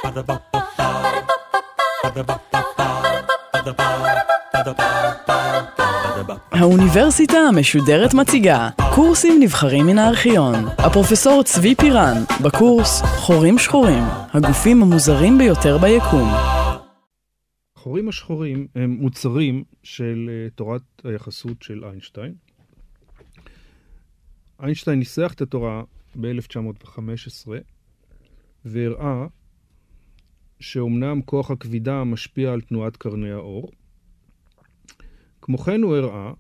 האוניברסיטה המשודרת מציגה קורסים נבחרים מן הארכיון. הפרופסור צבי פירן בקורס חורים שחורים, הגופים המוזרים ביותר ביקום. החורים השחורים הם מוצרים של תורת היחסות של איינשטיין. איינשטיין ניסח את התורה ב-1915 והראה שאומנם כוח הכבידה משפיע על תנועת קרני האור. כמו כן הוא הראה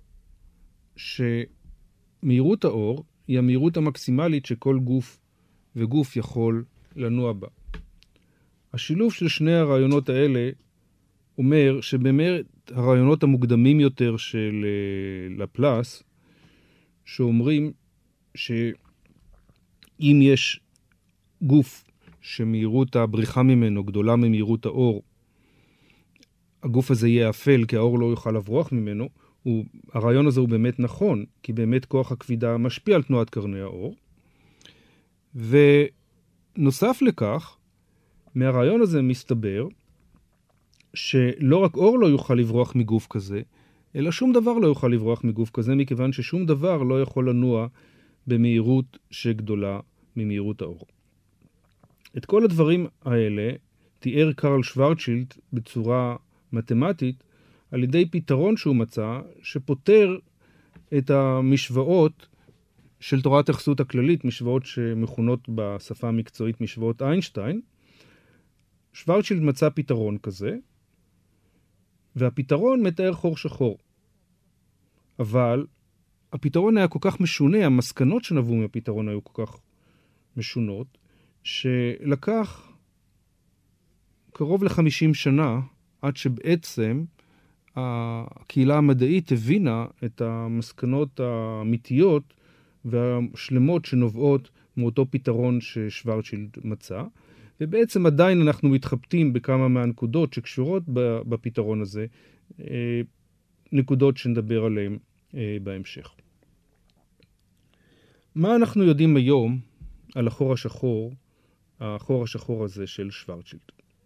שמהירות האור היא המהירות המקסימלית שכל גוף וגוף יכול לנוע בה. השילוב של שני הרעיונות האלה אומר שבאמת הרעיונות המוקדמים יותר של לפלס, שאומרים שאם יש גוף שמהירות הבריחה ממנו גדולה ממהירות האור, הגוף הזה יהיה אפל כי האור לא יוכל לברוח ממנו, הרעיון הזה הוא באמת נכון, כי באמת כוח הכבידה משפיע על תנועת קרני האור. ונוסף לכך, מהרעיון הזה מסתבר שלא רק אור לא יוכל לברוח מגוף כזה, אלא שום דבר לא יוכל לברוח מגוף כזה, מכיוון ששום דבר לא יכול לנוע במהירות שגדולה ממהירות האור. את כל הדברים האלה תיאר קרל שוורצ'ילד בצורה מתמטית, על ידי פתרון שהוא מצא, שפותר את המשוואות של תורת היחסות הכללית, משוואות שמכונות בשפה המקצועית משוואות איינשטיין. שוורצ'ילד מצא פתרון כזה, והפתרון מתאר חור שחור. אבל הפתרון היה כל כך משונה, המסקנות שנבעו מהפתרון היו כל כך משונות, שלקח קרוב ל-50 שנה, עד שבעצם הקהילה המדעית הבינה את המסקנות האמיתיות והשלמות שנובעות מאותו פתרון ששוורצ'ילד מצא. ובעצם עדיין אנחנו מתחבטים בכמה מהנקודות שקשורות בפתרון הזה, נקודות שנדבר עליהן בהמשך. מה אנחנו יודעים היום על החור השחור הזה של שוורצ'ילד?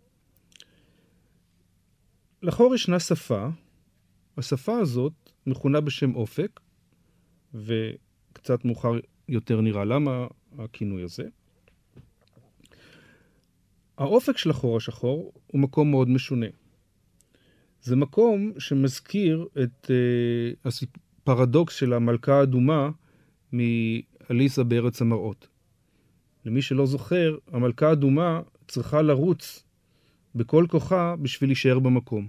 לחור ישנה שפה, השפה הזאת מכונה בשם אופק, וקצת מאוחר יותר נראה למה הכינוי הזה. האופק של החור השחור הוא מקום מאוד משונה. זה מקום שמזכיר את הפרדוקס של המלכה האדומה מאליסה בארץ המראות. למי שלא זוכר, המלכה האדומה צריכה לרוץ בכל כוחה בשביל להישאר במקום.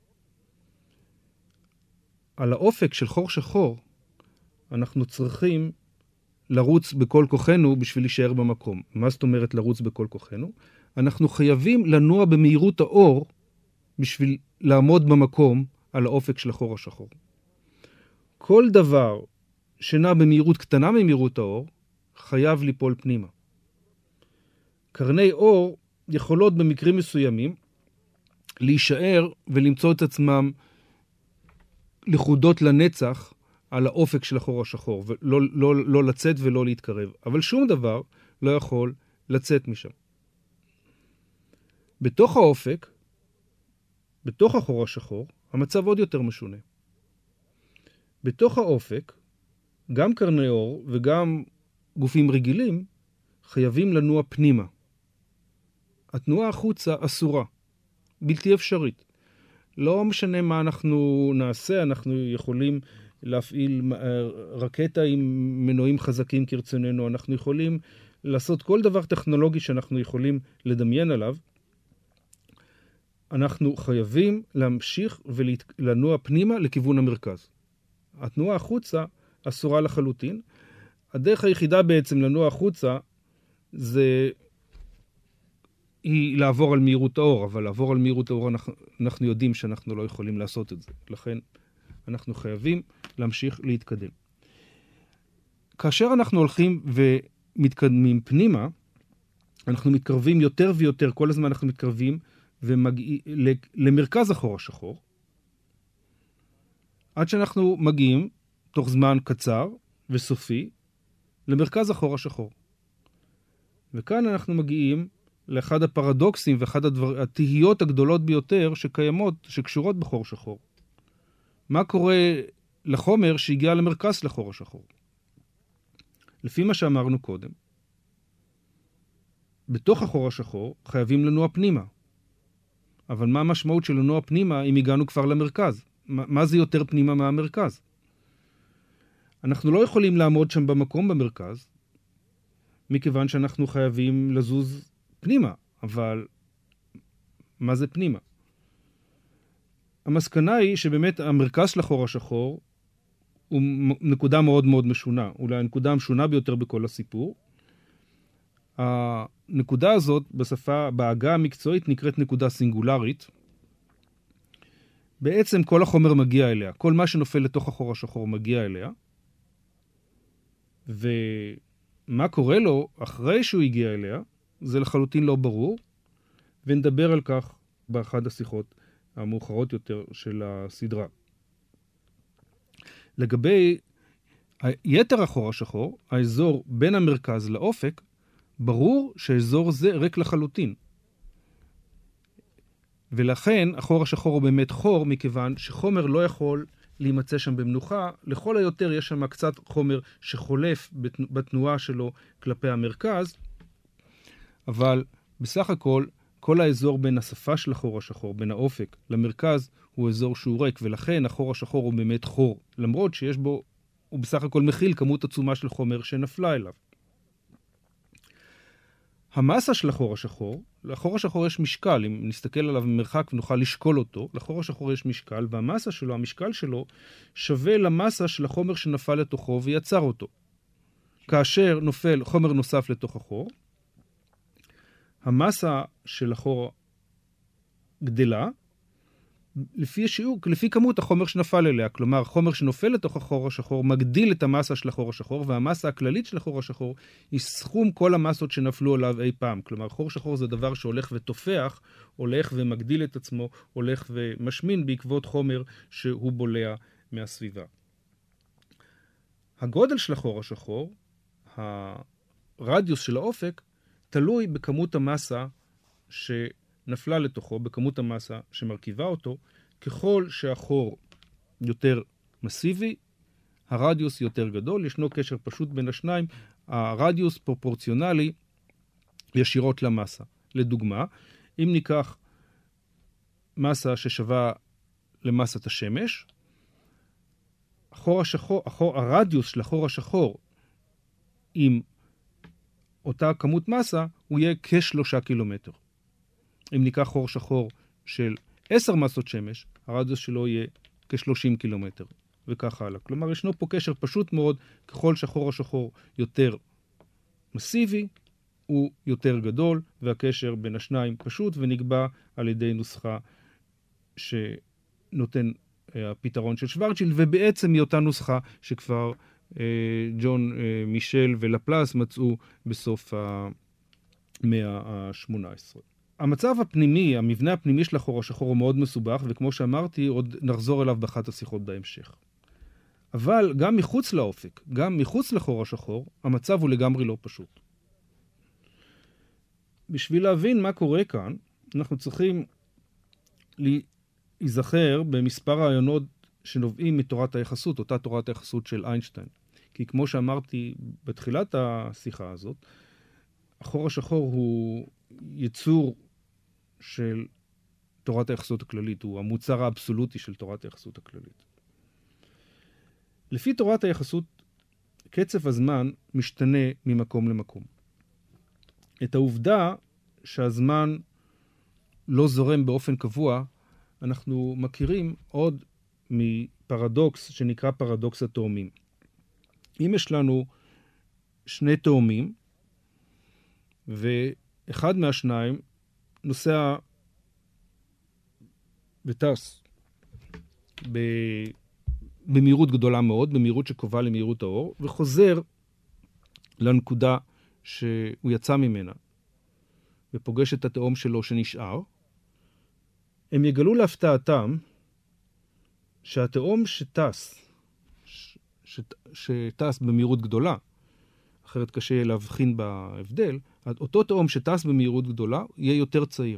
על האופק של חור שחור אנחנו צריכים לרוץ בכל כוחנו בשביל להישאר במקום. מה זאת אומרת לרוץ בכל כוחנו? אנחנו חייבים לנוע במהירות האור בשביל לעמוד במקום על האופק של החור השחור. כל דבר שנע במהירות קטנה ממהירות האור חייב ליפול פנימה. קרני אור יכולות במקרים מסוימים להישאר ולמצוא את עצמם לחודות לנצח על האופק של החור השחור, ולא לצאת ולא להתקרב. אבל שום דבר לא יכול לצאת משם. בתוך האופק, בתוך החור השחור, המצב עוד יותר משונה. בתוך האופק, גם קרני אור וגם גופים רגילים חייבים לנוע פנימה. התנועה החוצה אסורה, בלתי אפשרית. לא משנה מה אנחנו נעשה, אנחנו יכולים להפעיל רקטה עם מנועים חזקים כרצוננו, אנחנו יכולים לעשות כל דבר טכנולוגי שאנחנו יכולים לדמיין עליו. אנחנו חייבים להמשיך ולנוע פנימה לכיוון המרכז. התנועה החוצה אסורה לחלוטין. הדרך היחידה בעצם לנוע החוצה היא לעבור על מהירות האור, אבל לעבור על מהירות האור אנחנו יודעים שאנחנו לא יכולים לעשות את זה. לכן אנחנו חייבים להמשיך להתקדם. כאשר אנחנו הולכים ומתקדמים פנימה, אנחנו מתקרבים יותר ויותר, כל הזמן אנחנו מתקרבים ומגיעים למרכז החור השחור, עד שאנחנו מגיעים תוך זמן קצר וסופי למרכז החור השחור. וכאן אנחנו מגיעים לאחד הפרדוקסים ואחד התהיות הגדולות ביותר שקשורות בחור שחור. מה קורה לחומר שהגיע למרכז לחור השחור? לפי מה שאמרנו קודם, בתוך החור השחור חייבים לנוע פנימה. אבל מה המשמעות של לנוע פנימה אם הגענו כבר למרכז? מה זה יותר פנימה מהמרכז? אנחנו לא יכולים לעמוד שם במקום במרכז, מכיוון שאנחנו חייבים לזוז פנימה. אבל מה זה פנימה? המסקנה היא שבאמת המרכז של החור השחור הוא נקודה מאוד מאוד משונה. אולי הנקודה המשונה ביותר בכל הסיפור. הנקודה הזאת בעגה המקצועית נקראת נקודה סינגולרית. בעצם כל החומר מגיע אליה. כל מה שנופל לתוך החור השחור מגיע אליה. ומה קורה לו אחרי שהוא הגיע אליה, זה לחלוטין לא ברור. ונדבר על כך באחד השיחות המאוחרות יותר של הסדרה. לגבי יתר החור השחור, האזור בין המרכז לאופק, ברור שהאזור זה ריק לחלוטין. ולכן החור השחור הוא באמת חור, מכיוון שחומר לא יכול להימצא שם במנוחה. לכל היותר יש שם קצת חומר שחולף בתנועה שלו כלפי המרכז, אבל בסך הכל, כל האזור בין השפה של החור השחור, בין האופק למרכז, הוא אזור שהוא ריק, ולכן החור השחור הוא באמת חור, למרות שיש בו, הוא בסך הכל מכיל כמות עצומה של חומר שנפלה אליו. המסה של החור השחור, לחור השחור יש משקל, אם נסתכל עליו ממרחק ונוכל לשקול אותו, לחור השחור יש משקל, והמסה שלו, המשקל שלו, שווה למסה של החומר שנפל לתוכו ויצר אותו. כאשר נופל חומר נוסף לתוך החור, המסה של החור גדלה, לפי כמות החומר שנפל אליה. כלומר, חומר שנופל לתוך החור השחור מגדיל את המסה של החור השחור, והמסה הכללית של החור השחור היא סכום כל המסות שנפלו עליו אי פעם. כלומר, חור שחור זה דבר שהולך ותופח, הולך ומגדיל את עצמו, הולך ומשמין בעקבות חומר שהוא בולע מהסביבה. הגודל של החור השחור, הרדיוס של האופק, תלוי בכמות המסה שנפלה לתוכו, בכמות המסה שמרכיבה אותו. ככל שהחור יותר מסיבי, הרדיוס יותר גדול. ישנו קשר פשוט בין השניים. הרדיוס פרופורציונלי ישירות למסה. לדוגמה, אם ניקח מסה ששווה למסת השמש, הרדיוס של החור השחור עם אותה כמות מסה, הוא יהיה כ3 קילומטר. אם ניקח חור שחור של 10 מסות שמש, הרדיוס שלו יהיה כ30 קילומטר, וכך הלאה. כלומר, ישנו פה קשר פשוט מאוד, ככל שהחור השחור יותר מסיבי, הוא יותר גדול, והקשר בין השניים פשוט, ונקבע על ידי נוסחה שנותן הפתרון של שוורצ'ילד, ובעצם היא אותה נוסחה שכבר ג'ון מישל ולפלס מצאו בסוף המאה ה-18. המצב הפנימי, המבנה הפנימי של החור השחור הוא מאוד מסובך, וכמו שאמרתי, עוד נחזור אליו באחת השיחות בהמשך. אבל גם מחוץ לאופק, גם מחוץ לחור השחור, המצב הוא לגמרי לא פשוט. בשביל להבין מה קורה כאן, אנחנו צריכים להיזכר במספר רעיונות שנובעים מתורת היחסות, אותה תורת היחסות של איינשטיין. כי כמו שאמרתי בתחילת השיחה הזאת, החור השחור הוא יצור של תורת היחסות הכללית, הוא המוצר האבסולוטי של תורת היחסות הכללית. לפי תורת היחסות, קצב הזמן משתנה ממקום למקום. את העובדה שהזמן לא זורם באופן קבוע, אנחנו מכירים עוד מפרדוקס שנקרא פרדוקס התאומים. אם יש לנו שני תאומים, ואחד מהשניים נוסע וטס במהירות גדולה מאוד, במהירות שקרובה למהירות האור, וחוזר לנקודה שהוא יצא ממנה, ופוגש את התאום שלו שנשאר, הם יגלו להפתעתם שהתאום שטס במהירות גדולה, אחרת קשה יהיה להבחין בהבדל, אותו תאום שטס במהירות גדולה יהיה יותר צעיר.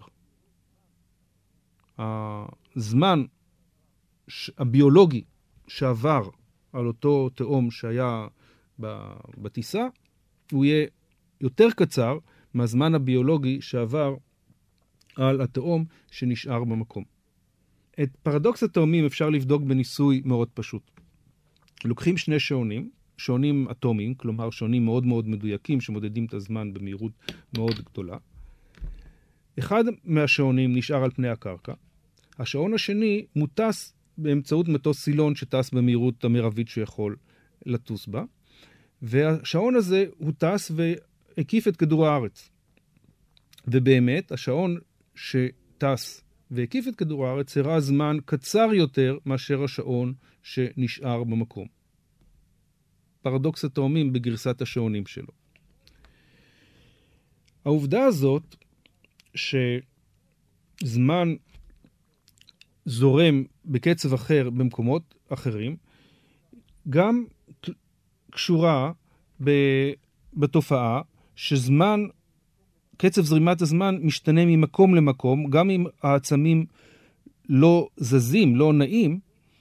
הזמן הביולוגי שעבר על אותו תאום שהיה בטיסה, הוא יהיה יותר קצר מהזמן הביולוגי שעבר על התאום שנשאר במקום. את פרדוקס התאומים אפשר לבדוק בניסוי מאוד פשוט. לוקחים שני שעונים אטומיים, כלומר שעונים מאוד מאוד מדויקים שמודדים את הזמן במהירות מאוד גדולה. אחד מהשעונים נשאר על פני הקרקע. השעון השני מוטס באמצעות מטוס סילון שטס במהירות המרבית שיכול לטוס בה. והשעון הזה הוא טס והקיף את כדור הארץ. ובאמת, השעון שטס והקיף את כדור הארץ הראה זמן קצר יותר מאשר השעון שנשאר במקום. פרדוקס התאומים בגרסת השעונים שלו. העובדה הזאת שזמן זורם בקצב אחר במקומות אחרים, גם קשורה בתופעה קצב זרימת הזמן משתנה ממקום למקום, גם אם העצמים לא זזים, לא נעים,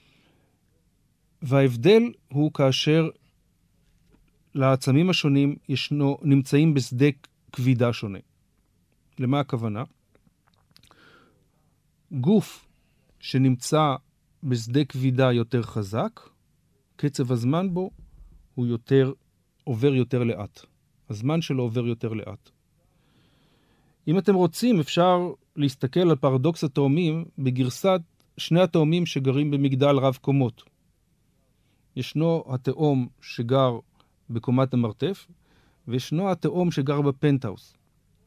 וההבדל הוא כאשר לעצמים השונים נמצאים בשדה כבידה שונה. למה הכוונה? גוף שנמצא בשדה כבידה יותר חזק, קצב הזמן בו הוא עובר יותר לאט. הזמן שלו עובר יותר לאט. אם אתם רוצים, אפשר להסתכל על פרדוקס התאומים בגרסת שני התאומים שגרים במגדל רב קומות. ישנו התאום שגר בקומת המרתף, וישנו התאום שגר בפנטהאוס.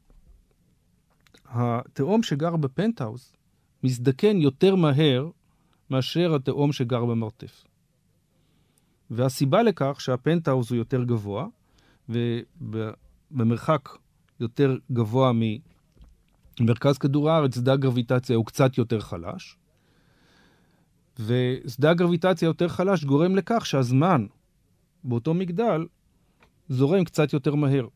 התאום שגר בפנטהאוס מזדקן יותר מהר מאשר התאום שגר במרתף. והסיבה לכך שהפנטהאוס הוא יותר גבוה, ובמרחק יותר גבוה ממרכז כדור הארץ, שדה הגרביטציה הוא קצת יותר חלש, ושדה הגרביטציה יותר חלש גורם לכך שהזמן באותו מגדל זורם קצת יותר מהר.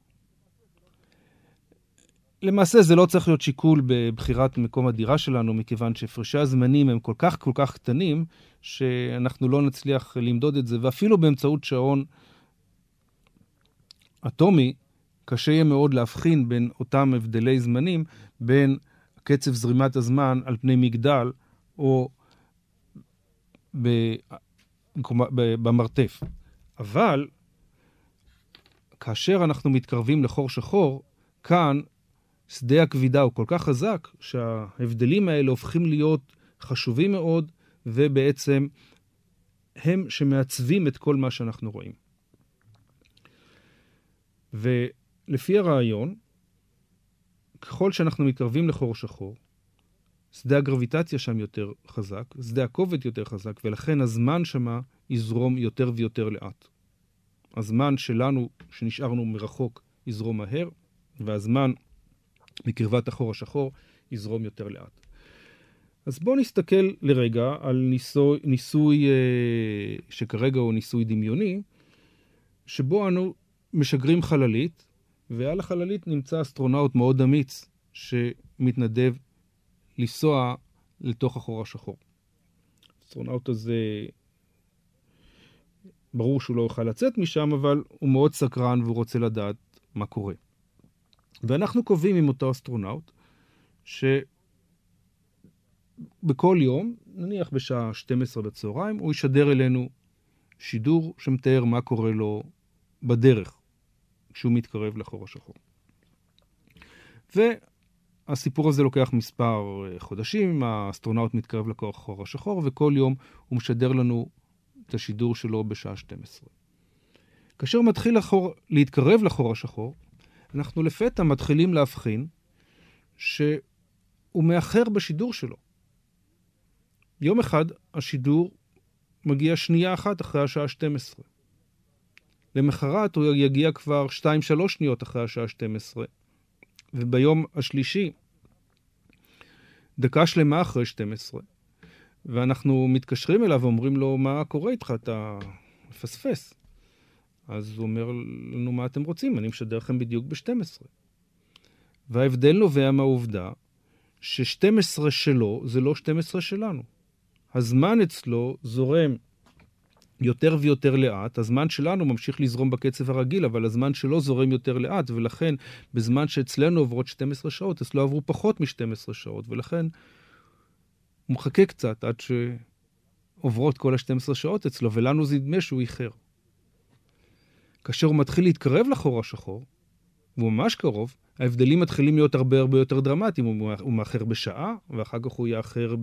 למעשה זה לא צריך להיות שיקול בבחירת מקום הדירה שלנו, מכיוון שהפרשי הזמנים הם כל כך קטנים, שאנחנו לא נצליח למדוד את זה, ואפילו באמצעות שעון אטומי, קשה יהיה מאוד להבחין בין אותם הבדלי זמנים, בין קצב זרימת הזמן על פני מגדל, או במרתף. אבל, כאשר אנחנו מתקרבים לחור שחור, כאן שדה הכבידה הוא כל כך חזק, שההבדלים האלה הופכים להיות חשובים מאוד, ובעצם הם שמעצבים את כל מה שאנחנו רואים. ולפי הרעיון, ככל שאנחנו מתקרבים לחור שחור, שדה הגרביטציה שם יותר חזק, שדה הכובד יותר חזק, ולכן הזמן שמה יזרום יותר ויותר לאט. הזמן שלנו, שנשארנו מרחוק, יזרום מהר, והזמן בקרבת החור השחור יזרום יותר לאט. אז בואו נסתכל לרגע על ניסוי שכרגע הוא ניסוי דמיוני, שבו אנו משגרים חללית, ועל החללית נמצא אסטרונאוט מאוד אמיץ שמתנדב לנסוע לתוך החור השחור. האסטרונאוט הזה, ברור שהוא לא יוכל לצאת משם, אבל הוא מאוד סקרן והוא רוצה לדעת מה קורה. ואנחנו קובעים עם אותו אסטרונאוט שבכל יום, נניח בשעה 12 בצהריים, הוא ישדר אלינו שידור שמתאר מה קורה לו בדרך כשהוא מתקרב לחור השחור. והסיפור הזה לוקח מספר חודשים, האסטרונאוט מתקרב לחור השחור, וכל יום הוא משדר לנו את השידור שלו בשעה 12. כאשר מתחיל להתקרב לחור השחור, אנחנו לפתע מתחילים להבחין שהוא מאחר בשידור שלו. יום אחד השידור מגיע שנייה אחת אחרי השעה 12. למחרת הוא יגיע כבר 2-3 שניות אחרי השעה 12. וביום השלישי, דקה שלמה אחרי 12. ואנחנו מתקשרים אליו ואומרים לו, מה קורה איתך? אתה מפספס. אז הוא אומר לנו, מה אתם רוצים? אני משדר לכם בדיוק ב-12. וההבדל נובע מהעובדה ש-12 שלו זה לא 12 שלנו. הזמן אצלו זורם יותר ויותר לאט, הזמן שלנו ממשיך לזרום בקצב הרגיל, אבל הזמן שלו זורם יותר לאט, ולכן בזמן שאצלנו עוברות 12 שעות, אצלו עברו פחות מ-12 שעות, ולכן הוא מחכה קצת עד שעוברות כל ה-12 שעות אצלו, ולנו זה נדמה שהוא איחר. כאשר הוא מתחיל להתקרב לחור השחור, והוא ממש קרוב, ההבדלים מתחילים להיות הרבה הרבה יותר דרמטיים. הוא מאחר בשעה, ואחר כך הוא יאחר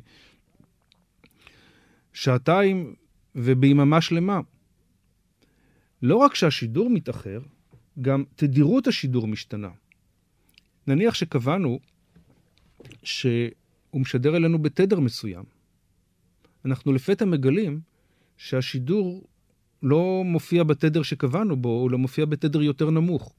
בשעתיים וביממה שלמה. לא רק שהשידור מתאחר, גם תדירות השידור משתנה. נניח שקבענו שהוא משדר אלינו בתדר מסוים. אנחנו לפתע מגלים שהשידור לא מופיע בתדר שקבענו בו, הוא לא מופיע בתדר יותר נמוך.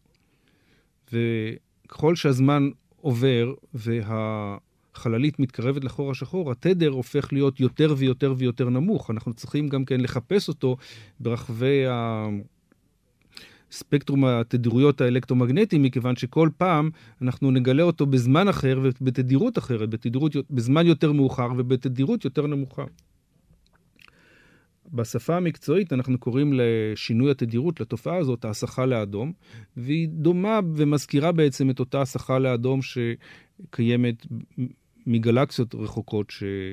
וככל שהזמן עובר והחללית מתקרבת לחור השחור, התדר הופך להיות יותר ויותר ויותר נמוך. אנחנו צריכים גם כן לחפש אותו ברחבי הספקטרום התדירויות האלקטרומגנטיים, מכיוון שכל פעם אנחנו נגלה אותו בזמן אחר ובתדירות אחרת, בזמן יותר מאוחר ובתדירות יותר נמוכה. בשפה המקצועית אנחנו קוראים לשינוי התדירות, לתופעה הזאת, ההסחה לאדום, והיא דומה ומזכירה בעצם את אותה הסחה לאדום שקיימת מגלקסיות רחוקות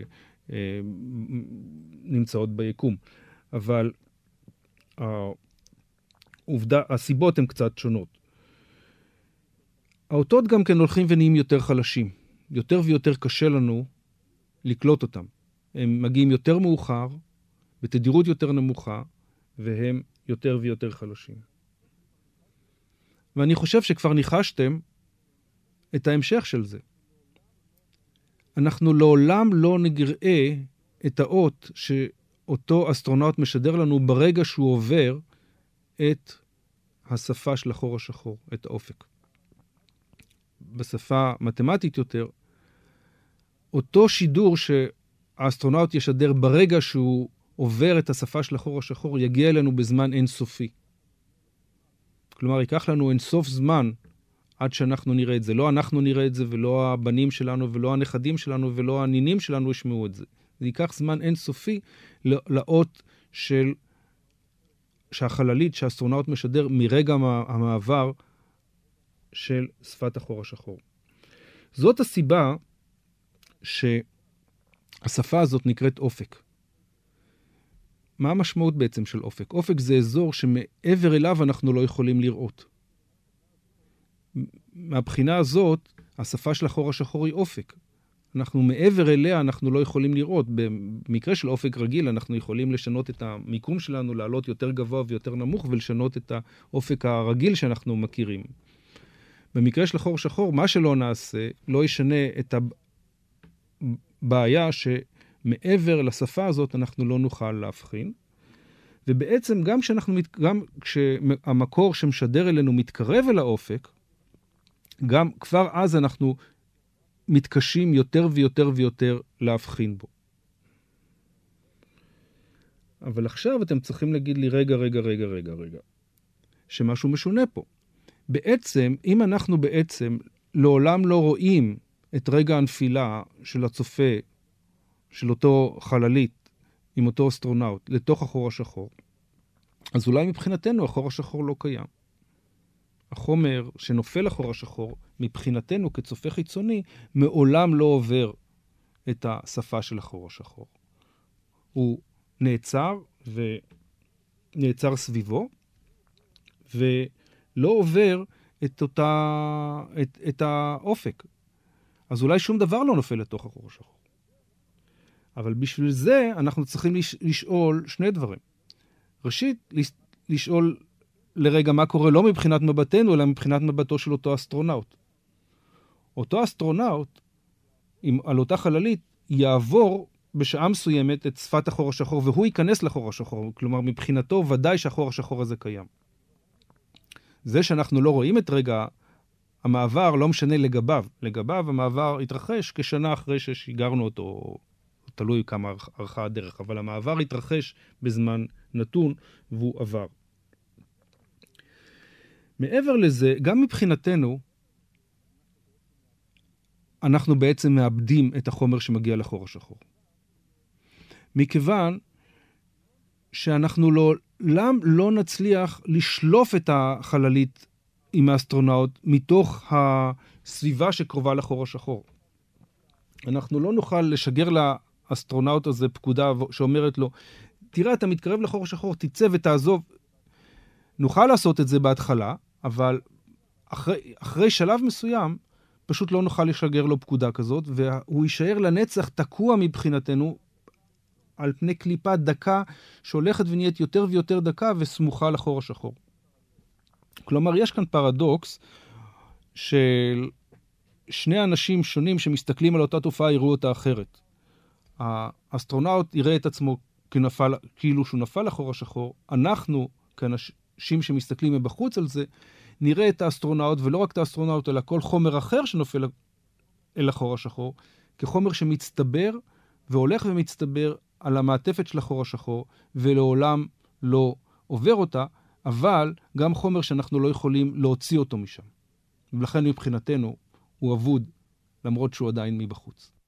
שנמצאות ביקום. אבל הסיבות הן קצת שונות. האותות גם כן הולכים ונהיים יותר חלשים. יותר ויותר קשה לנו לקלוט אותם. הם מגיעים יותר מאוחר, בתדירות יותר נמוכה, והם יותר ויותר חלשים. ואני חושב שכבר ניחשתם את ההמשך של זה. אנחנו לעולם לא נגראה את האות שאותו אסטרונאוט משדר לנו ברגע שהוא עובר את השפה של החור השחור, את האופק. בשפה מתמטית יותר, אותו שידור שהאסטרונאוט ישדר ברגע שהוא עובר את השפה של החור השחור, יגיע אלינו בזמן אינסופי. כלומר, ייקח לנו אינסוף זמן עד שאנחנו נראה את זה. לא אנחנו נראה את זה, ולא הבנים שלנו, ולא הנכדים שלנו, ולא הנינים שלנו ישמעו את זה. זה ייקח זמן אינסופי לאות שהחללית, שהאסטרונאוט משדר מרגע המעבר של שפת החור השחור. זאת הסיבה שהשפה הזאת נקראת אופק. מה המשמעות בעצם של אופק? אופק זה אזור שמעבר אליו אנחנו לא יכולים לראות. מהבחינה הזאת, השפה של החור השחור היא אופק. אנחנו מעבר אליה, אנחנו לא יכולים לראות. במקרה של אופק רגיל, אנחנו יכולים לשנות את המיקום שלנו, לעלות יותר גבוה ויותר נמוך, ולשנות את האופק הרגיל שאנחנו מכירים. במקרה של החור שחור, מה שלא נעשה, לא ישנה את הבעיה מעבר לשפה הזאת אנחנו לא נוכל להבחין. ובעצם גם כשהמקור שמשדר אלינו מתקרב אל האופק, גם כבר אז אנחנו מתקשים יותר ויותר ויותר להבחין בו. אבל עכשיו אתם צריכים להגיד לי רגע, שמשהו משונה פה. בעצם, אם אנחנו בעצם לעולם לא רואים את רגע הנפילה של הצופה, של אותו חללית עם אותו אסטרונאוט לתוך החור השחור, אז אולי מבחינתנו החור השחור לא קיים. החומר שנופל לחור השחור, מבחינתנו כצופה חיצוני, מעולם לא עובר את השפה של החור השחור. הוא נעצר סביבו, ולא עובר את האופק. אז אולי שום דבר לא נופל לתוך החור השחור. אבל בשביל זה אנחנו צריכים לשאול שני דברים. ראשית, לשאול לרגע מה קורה לא מבחינת מבטנו, אלא מבחינת מבטו של אותו אסטרונאוט. אותו אסטרונאוט, על אותה חללית, יעבור בשעה מסוימת את שפת החור השחור, והוא ייכנס לחור השחור. כלומר, מבחינתו ודאי שהחור השחור הזה קיים. זה שאנחנו לא רואים את רגע המעבר לא משנה לגביו. לגביו המעבר התרחש כשנה אחרי ששיגרנו אותו, תלוי כמה ארכה הדרך, אבל המעבר התרחש בזמן נתון והוא עבר. מעבר לזה, גם מבחינתנו, אנחנו בעצם מאבדים את החומר שמגיע לחור השחור. מכיוון שאנחנו לא נצליח לשלוף את החללית עם האסטרונאוט מתוך הסביבה שקרובה לחור השחור. אנחנו לא נוכל לשגר לאסטרונאוט הזה פקודה שאומרת לו, תראה, אתה מתקרב לחור השחור, תצא ותעזוב. נוכל לעשות את זה בהתחלה, אבל אחרי שלב מסוים, פשוט לא נוכל לשגר לו פקודה כזאת, והוא יישאר לנצח תקוע מבחינתנו, על פני קליפה דקה, שהולכת ונהיית יותר ויותר דקה, וסמוכה לחור השחור. כלומר, יש כאן פרדוקס, של שני אנשים שונים שמסתכלים על אותה תופעה, יראו אותה אחרת. האסטרונאוט יראה את עצמו כאילו שהוא נפל לחור השחור, אנחנו, כאנשים שמסתכלים מבחוץ על זה, נראה את האסטרונאוט, ולא רק את האסטרונאוט, אלא כל חומר אחר שנופל אל החור השחור, כחומר שמצטבר והולך ומצטבר על המעטפת של החור השחור, ולעולם לא עובר אותה, אבל גם חומר שאנחנו לא יכולים להוציא אותו משם. ולכן מבחינתנו הוא אבוד, למרות שהוא עדיין מבחוץ.